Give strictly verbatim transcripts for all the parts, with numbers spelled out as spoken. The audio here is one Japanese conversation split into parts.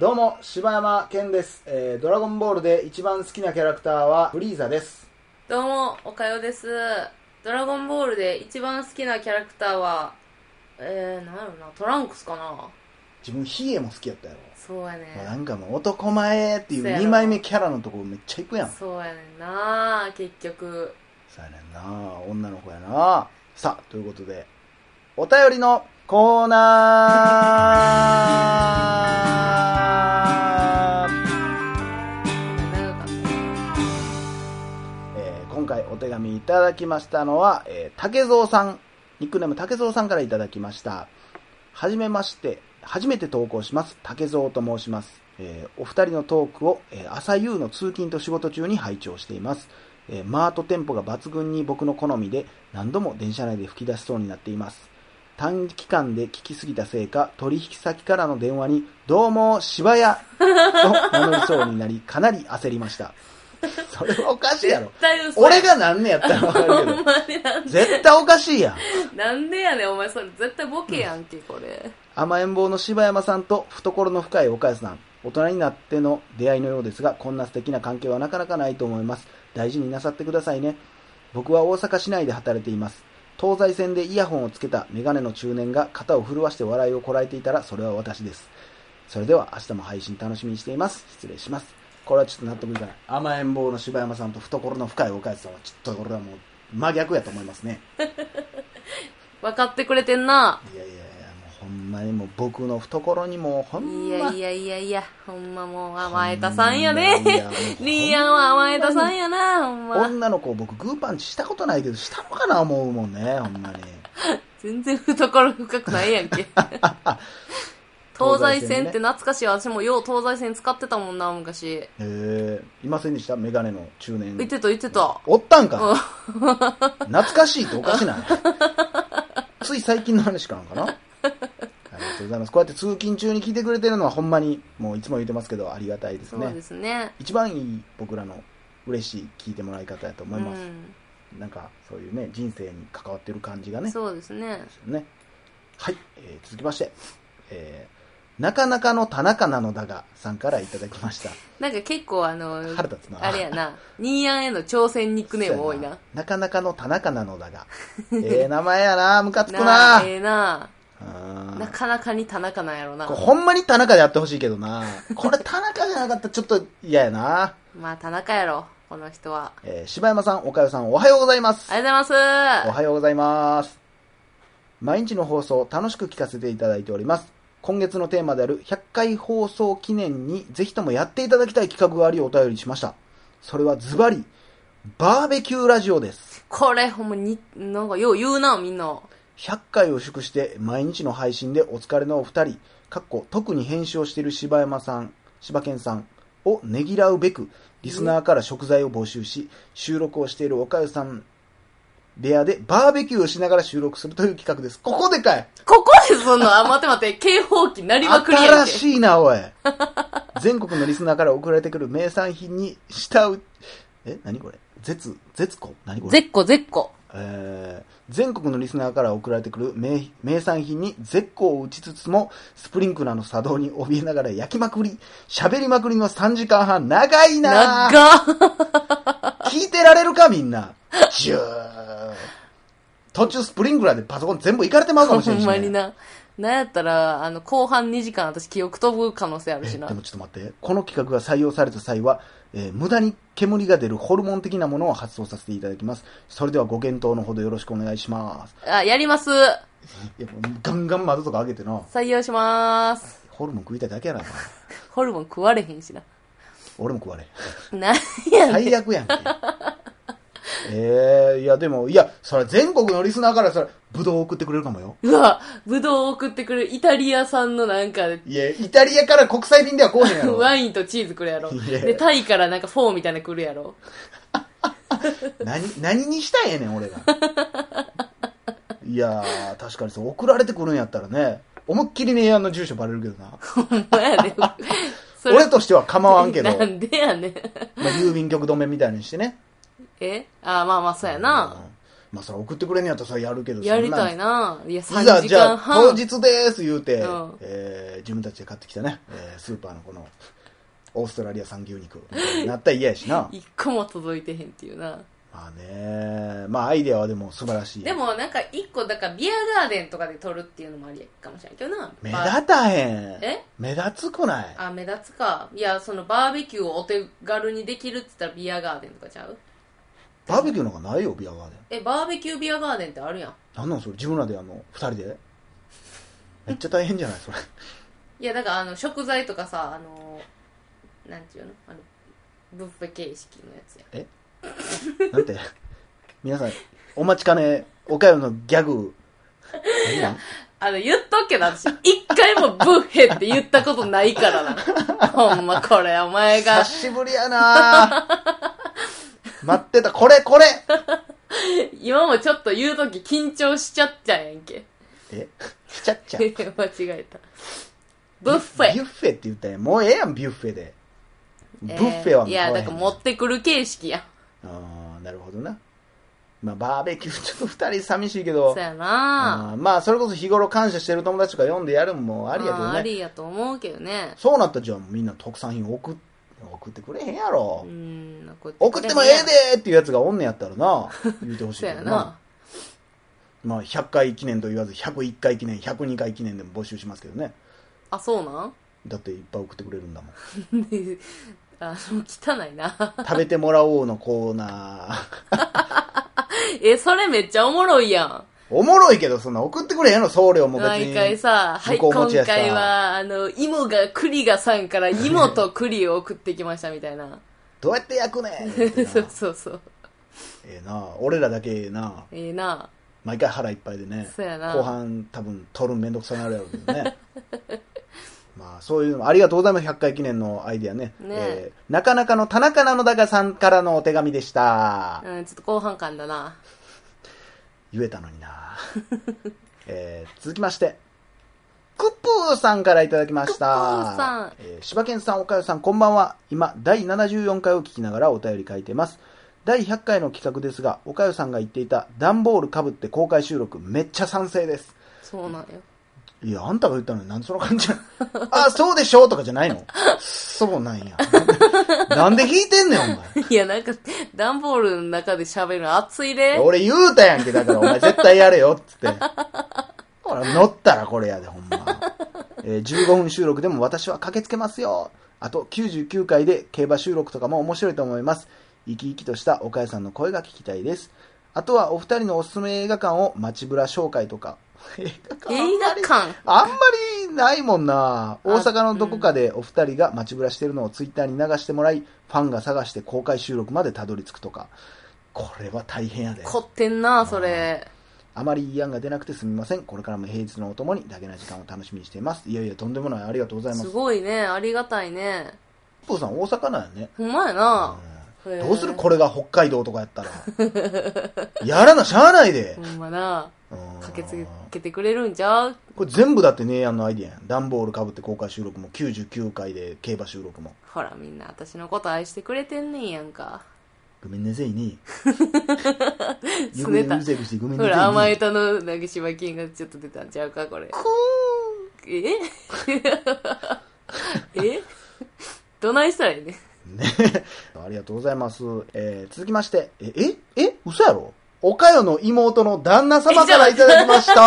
どうも柴山健です、えー、ドラゴンボールで一番好きなキャラクターはフリーザです。 どうもおかよです。ドラゴンボールで一番好きなキャラクターはえー、なんやろな、トランクスかな。 自分ヒエも好きやったやろ。 そうやね、 まあ、なんかもう男前っていうにまいめキャラのところめっちゃいくやん。 そうやねんな、結局そうやねんな、女の子やな。さあということでお便りのコーナー長かった、 えー、今回お手紙いただきましたのは、えー、竹蔵さん、ニックネーム竹蔵さんからいただきました。はじめまして、初めて投稿します。竹蔵と申します。えー、お二人のトークを、えー、朝夕の通勤と仕事中に拝聴しています。えー、間とテンポが抜群に僕の好みで何度も電車内で吹き出しそうになっています。短期間で聞きすぎたせいか、取引先からの電話にどうも柴屋と名乗りそうになり、かなり焦りました。それはおかしいやろ。 絶対嘘や。 俺がなんねやったらわかるけどほんまになんで絶対おかしいやん。 なんでやねんお前、それ絶対ボケやんけ、これ。 甘えん坊の柴山さんと懐の深い岡安さん、大人になっての出会いのようですが、こんな素敵な関係はなかなかないと思います。大事になさってくださいね。僕は大阪市内で働いています。東西線でイヤホンをつけたメガネの中年が肩を震わして笑いをこらえていたら、それは私です。それでは明日も配信楽しみにしています。失礼します。これはちょっと納得いかない。甘えん坊の柴山さんと懐の深い岡安さんはちょっとこれはもう真逆やと思いますね。 分かってくれてんな。 いやいやいや、もうほんまにもう僕の懐にもうほんま、 いやいやいやいや、ほんまもう甘えたさんやね。 いやリーアンは甘えたさんやな、ほんま。 女の子僕グーパンチしたことないけどしたのかな思うもんね、ほんまに。 全然懐深くないやんけ。東西線って懐かしい。私もよう東西線使ってたもんな、昔。 へえ、いませんでした？メガネの中年。 言ってた言ってた。 おったんか。懐かしいっておかしない？つい最近の話かなんかな。ありがとうございます。こうやって通勤中に聞いてくれてるのはほんまにもういつも言ってますけどありがたいですね。 そうですね。一番いい僕らの嬉しい聞いてもらい方やと思います。うん、なんかそういうね、人生に関わってる感じがね。 そうですね。 ですよね。はい、えー、続きまして、えー、なかなかの田中なのだがさんからいただきました。 なんか結構あの腹立つな。 あれやな、ニーヤンへの挑戦ニックネーム多いな。 なかなかの田中なのだが。ええ名前やな、ムカつくな。 なええな。なかなかに田中なんやろな。 これほんまに田中でやってほしいけどな。これ田中じゃなかったらちょっと嫌やな。 まあ田中やろ、この人は。 えー、柴山さん、岡代さん、おはようございます。 ありがとうございます。 おはようございます。毎日の放送楽しく聞かせていただいております。今月のテーマであるひゃっかい放送記念にぜひともやっていただきたい企画がありお便りしました。それはズバリバーベキューラジオです。 これほんまになんかよう言うな、みんな。 ひゃっかいを祝して毎日の配信でお疲れのお二人、かっこ特に編集をしている柴山さん、柴犬さんをねぎらうべくリスナーから食材を募集し、収録をしている岡代さん部屋でバーベキューをしながら収録するという企画です。ここでかい。 ここでそんな、あ、待って待って、警報器鳴りまくりやんけ。 新しいな、おい。全国のリスナーから送られてくる名産品に舌打、え、何これ？絶、絶子？何これ？ 絶個絶個。 えー、全国のリスナーから送られてくる 名, 名産品に絶好を打ちつつも、スプリンクラーの作動に怯えながら焼きまくり、喋りまくりのさんじかんはん、長いなぁ。 長っ。 聞いてられるかみんな。ジュー。途中スプリンクラーでパソコン全部いかれてまうかもしれないし、ね。 ほんまにな。なんやったら、あの、後半にじかん私記憶飛ぶ可能性あるしな。 でもちょっと待って。この企画が採用された際は、えー、無駄に煙が出るホルモン的なものを発送させていただきます。それではご検討のほどよろしくお願いします。 あ、やります。 いや、ガンガン窓とか開けてな。 採用します。 ホルモン食いたいだけやな。 ホルモン食われへんしな。 俺も食われへん。 なんやねん。 最悪やんけ。えー、いやでも、いや、それ全国のリスナーからそれ、ブドウ送ってくれるかもよ。 うわ、ブドウを送ってくるイタリア産のなんか、 いや、イタリアから国際便では来おへんやろ。 ワインとチーズ来るやろ。で、タイからなんかフォーみたいなの来るやろ。 何、何にしたらええねん、俺が。いやー、確かにそう、送られてくるんやったらね、思いっきりね、家の住所バレるけどな。 ほんまやで。 俺としては構わんけど。 なんでやねん。 まあ、郵便局止めみたいにしてね。 えあ、まあまあ、そうやな。 まあそれ送ってくれんやったらそれやるけど、 やりたいな。いや、 い 3 ざじゃあ時間半。 当日でーす言うて、 うんえー自分たちで買ってきたね、えースーパーのこのオーストラリア産牛肉みたいになったら嫌やしな。 一個も届いてへんっていうな。 まあね、まあアイデアはでも素晴らしい。 でもなんか一個、だからビアガーデンとかで撮るっていうのもありかもしれないけどな。 目立たへん。 え目立つくない？ あ、目立つか。いや、そのバーベキューをお手軽にできるって言ったらビアガーデンとかちゃう？ バーベキューなんかないよ、ビアガーデン。 え、バーベキュービアガーデンってあるやん。 なんなんそれ、自分らであの二人でめっちゃ大変じゃないそれ。 いや、だからあの食材とかさ、あのなんていうの、あのブッフェ形式のやつや。 えなんて皆さんお待ちかねおかよのギャグ何なん？ あの言っとくけど、私一回もブッフェって言ったことないからな。ほんまこれお前が久しぶりやな待ってた、これこれ今もちょっと言うとき緊張しちゃったやんけ。 えしちゃっちゃ間違えた。ブッフェ。 ビュッフェって言ったやん。もうええやん、ビュッフェで。ブッフェはもういや、だから持ってくる形式や。 ああ、なるほどな。まあ、バーベキューちょっと二人寂しいけど。 そうやな。 まあ、それこそ日頃感謝してる友達とか読んでやるのもありやけどね。 ありやと思うけどね。 そうなったらじゃあみんな特産品送っ送ってくれへんやろ。 うん、 送ってもええでーっていうやつがおんねやったらな、言うてほしいけどな。 そうやな。 まあ、ひゃっかい記念と言わず、ひゃくいっかい記念、ひゃくにかい記念でも募集しますけどね。 あ、そうなんだっていっぱい送ってくれるんだもん。 あの、汚いな。 食べてもらおうのコーナー。 え、それめっちゃおもろいやん。 おもろいけど、そんな送ってくれへんの送料も別に。 毎回さ、はい、 向こう今持ちやしさ回は、あの、芋が、栗がさんから芋と栗を送ってきましたみたいな。 どうやって焼くねんってなそうそうそう。 ええな俺らだけええなええな。 毎回腹いっぱいでね。 そうやな。 後半多分取るんめんどくさなるやろうけどね。まあそういうの、ありがとうございます。ひゃっかい記念のアイディアね。 ねえー、なかなかの田中なのだがさんからのお手紙でした。 うん、ちょっと後半感だな。 言えたのになえー、続きまして、クップーさんからいただきました。 クップーさん。 えー、柴犬さん、岡代さん、こんばんは。今、だいななじゅうよんかいを聞きながらお便り書いてます。だいひゃっかいの企画ですが、岡代さんが言っていた段ボールかぶって公開収録、めっちゃ賛成です。 そうなんよ。 いや、あんたが言ったのになんでその感じやあ、そうでしょとかじゃないのそうなんや。なんで弾いてんねん、お前。 いや、なんか、段ボールの中で喋るの熱いで。 俺言うたやんけ、だからお前絶対やれよ、つって。ほら、乗ったらこれやで、ほんま。えー、じゅうごふん収録でも私は駆けつけますよ。あときゅうじゅうきゅうかいで競馬収録とかも面白いと思います。生き生きとした岡谷さんの声が聞きたいです。あとはお二人のおすすめ映画館を街ブラ紹介とか。 映画館あんまりないもんな。大阪のどこかでお二人が街ブラしてるのをツイッターに流してもらい、ファンが探して公開収録までたどり着くとか。これは大変やで。 凝ってんな、それ。 あまりいい案が出なくてすみません。これからも平日のお供にだけな時間を楽しみにしています。いやいや、とんでもない。ありがとうございます。 すごいね。ありがたいね。 お父さん大阪なんやね。 ほんまやな。 うん、どうするこれが北海道とかやったら。やらなしゃあないで。 ほんまな。駆けつけてくれるんちゃう？ これ全部だってねえやんのアイディアやん。段ボールかぶって公開収録もきゅうじゅうきゅうかいで競馬収録も。 ほらみんな私のこと愛してくれてんねんやんか。 ごめんなさいね。 すねた。 うるさくしてごめんなほさいね。 ら甘えたのなんか柴犬がちょっと出たんちゃうかこれ。ええどないしたらいいね。 ねありがとうございます。えー、続きまして、え、え、え、嘘やろ？おかよの妹の旦那様からいただきました。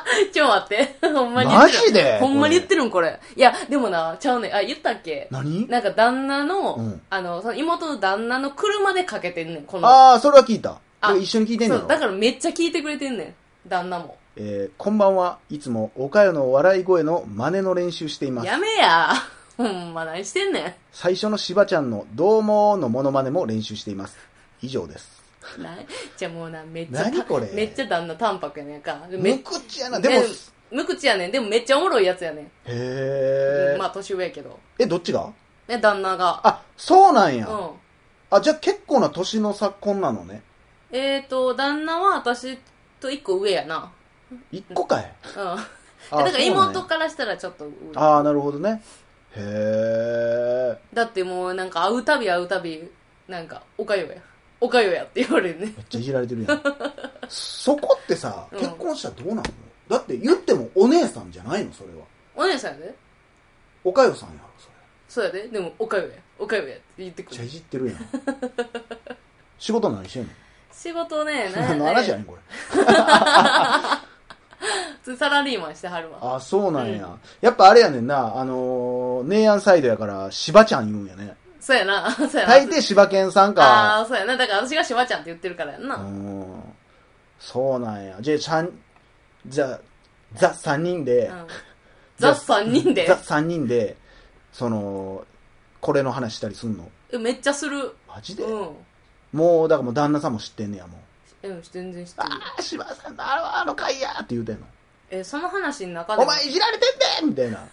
ちょ待って。ほんまに言ってる。 マジでほんまに言ってるんこれ。いや、でもな、ちゃうね。あ、言ったっけ？ 何？ なんか旦那の、 うん、 あの、その妹の旦那の車でかけてんねん、この。 ああ、それは聞いた。あ、一緒に聞いてんねん。 そう、だからめっちゃ聞いてくれてんねん。旦那も。 えー、こんばんは。いつもおかよの笑い声の真似の練習しています。 やめや。ほんま何してんねん。 最初のしばちゃんのどうもーのモノマネも練習しています。以上です。 なじゃあもうな、めっちゃ、 何これめっちゃ旦那淡白やねんか。 無口やな、でも。 無口やねん。でもめっちゃおもろいやつやねん。 へー。 まあ年上やけど。 え、どっちが？ え、旦那が。 あ、そうなんや。 うん。 あ、じゃあ結構な年の差婚なのね。 えーと、旦那は私と一個上やな。 一個かい。 うん。だから妹からしたらちょっと上。 ああ、なるほどね。へー。 だってもうなんか会うたび会うたび、なんか、おかよや。 おかよやって言われるね。 めっちゃいじられてるやん。そこってさ、 うん結婚したらどうなんの？だって言ってもお姉さんじゃないのそれは。 お姉さんやで。 おかよさんやろそれ。 そうやで。でも、おかよや。おかよやって言ってくる。 めっちゃいじってるやん。仕事何してんの？ 仕事ね、 何の話やねんこれ。 普通サラリーマンしてはるわ。 あ、そうなんや。 うん、 やっぱあれやねんな、あのー、姉やんサイドやから、しばちゃん言うんやね。 そうやな。そうやな。 大抵しばけんさんか。 ああ、そうやな。だから私がしばちゃんって言ってるからやんな。 うん。そうなんや。じゃあ、さん、じゃあ、ザさんにんで、うん、 ザさんにんでザさんにんで、その、これの話したりすんの？ めっちゃする。 マジで？ うん。 もう、だからもう旦那さんも知ってんねや、もう。 うん、全然知ってる。 ああ、しばさんのあの、あの回やって言うてんの。 え、その話の中で。 お前いじられてんでみたいな。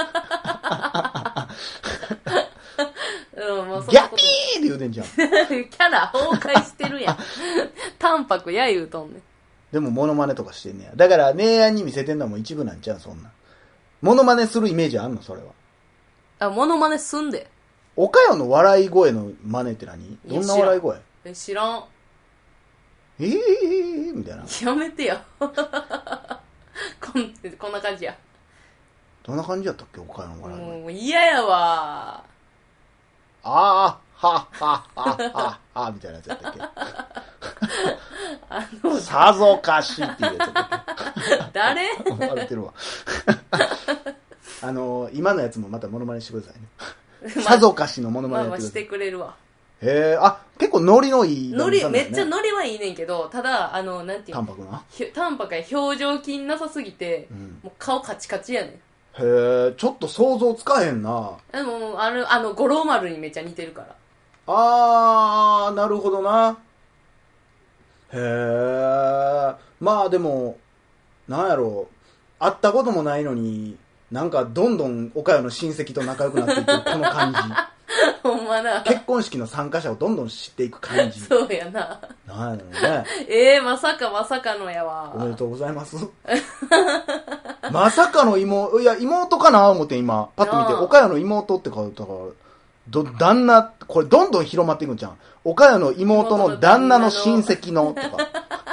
うん、もうそギャピーって言うてんじゃん。 キャラ崩壊してるやん。淡白や言うとんねん。 でもモノマネとかしてんねや。だから姉やんに見せてんのも一部なんちゃうそんな。モノマネするイメージあんのそれは。 あ、モノマネすんで。 おかよの笑い声の真似って何？どんな笑い声？ え、知らん。 えー、えー、みたいな。 やめてよ。こん、こんな感じや。 どんな感じやったっけおかよの笑い声。 もう嫌やわ。 あー、はっはっはっはっはみたいなやつやったっけあの、さぞかしっていうやつやったっけ誰？ 笑ってるわ。あの、今のやつもまたモノマネしてくださいね。さぞかしのモノマネやってください。まあまあしてくれるわ。 へえ、あ、結構ノリのいい、 ね。ノリ、めっちゃノリはいいねんけど、ただ、あの、なんていうの？ 淡白な？ 淡白や表情筋なさすぎて、うん、もう顔カチカチやねん。 へえ、ちょっと想像つかへんな。 でも、あの、あの、五郎丸にめっちゃ似てるから。 あー、なるほどな。へえ、まあでも、なんやろう、会ったこともないのに、なんかどんどん岡山の親戚と仲良くなっていくこの感じ。 ほんまな。 結婚式の参加者をどんどん知っていく感じ。 そうやな。 なんやろね。 ええー、まさかまさかのやわ。 おめでとうございます。まさかの妹、いや、妹かな思って今、パッと見て、岡山の妹って書いたから、ど、旦那、これどんどん広まっていくんじゃん。岡山の妹の旦那の親戚の、とか。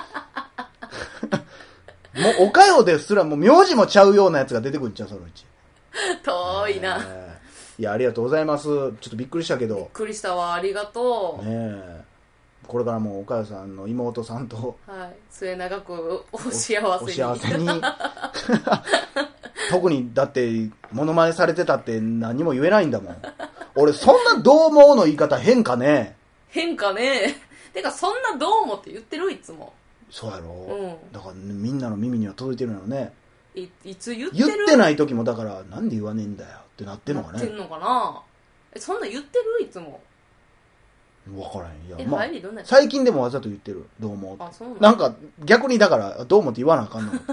もう、岡山ですらもう名字もちゃうようなやつが出てくるんちゃうそのうち。 遠いな。 えー、いや、ありがとうございます。ちょっとびっくりしたけど。びっくりしたわ、ありがとう。 ねえ。これからも岡山さんの妹さんと、 はい、末永くお幸せに。 お幸せに。特に、だって、モノマネされてたって何も言えないんだもん。俺、そんなどう思うの言い方変かね。 変かね。てか、そんなどう思って言ってるいつも。 そうやろ、 うん、 だから、ね、みんなの耳には届いてるのね。 い、いつ言ってる？ 言ってない時もだからなんで言わねえんだよってなってんのかね。 なってんのかな。え、そんな言ってるいつも。 分からへん。いや、 え、 まあ、 入りどんなやつ？ 最近でもわざと言ってる。どうも。 あ、そうなの？ なんか逆にだからどうもって言わなあかんの。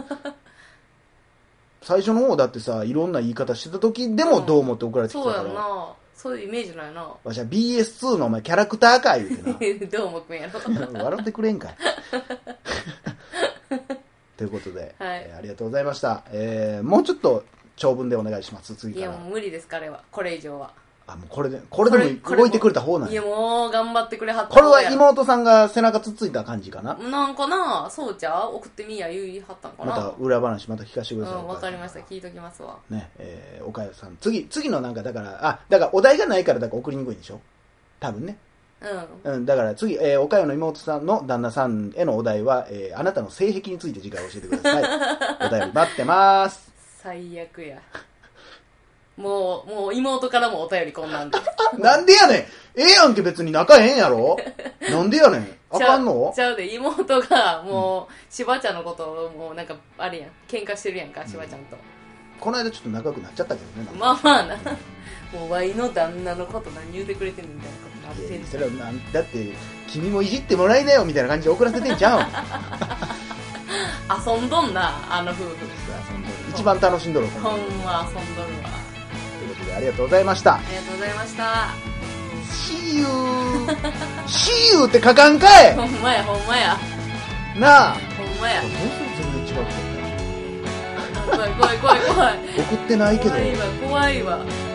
最初の方だってさ、いろんな言い方してた時でもどうもって送られてきたから。 うん、そうやな。そういうイメージないな。 わしは ビーエスツー のお前キャラクターか言うてな。どうもくんやろ。 笑ってくれんかい。ということで、はい、えー、ありがとうございました。えー、もうちょっと長文でお願いします。次から。 いやもう無理です彼は。これ以上は。 あ、もうこれで、これでも動いてくれた方なんや。 いやもう頑張ってくれはった。 これは妹さんが背中つっついた感じかな。 なんかな、そうちゃう？送ってみや言いはったんかな。 また裏話また聞かせてください。 うん、わかりました。聞いときますわ。 ね、えー、岡谷さん。次、次のなんかだから、あ、だからお題がないからだから送りにくいんでしょ？多分ね。うん。うん、だから次、えー、岡谷の妹さんの旦那さんへのお題は、えー、あなたの性癖について次回教えてください。お便り待ってます。 最悪や。もう、もう妹からもお便りこんなんで。 なんでやねん。ええやんけ別に仲ええんやろ。なんでやねん。あかんの？ ちゃうで、妹がもう、しばちゃんのことをもうなんか、あれやん、喧嘩してるやんか、しばちゃんと。 この間ちょっと仲良くなっちゃったけどね。 まあまあな。もうワイの旦那のこと何言うてくれてんのみたいなことなってんの。 それはなんだって、君もいじってもらいなよみたいな感じで送らせてんちゃうん。 遊んどんな、あの夫婦。遊んどる。一番楽しんどる。 ほんま遊んどるわ。 ということでありがとうございました。 ありがとうございました。 See you See you って書かんかい。 ほんまやほんまやなあ、 ほんまや。 全然違う。 怖い怖い怖い怖い。 送ってないけど。 怖いわ怖いわ。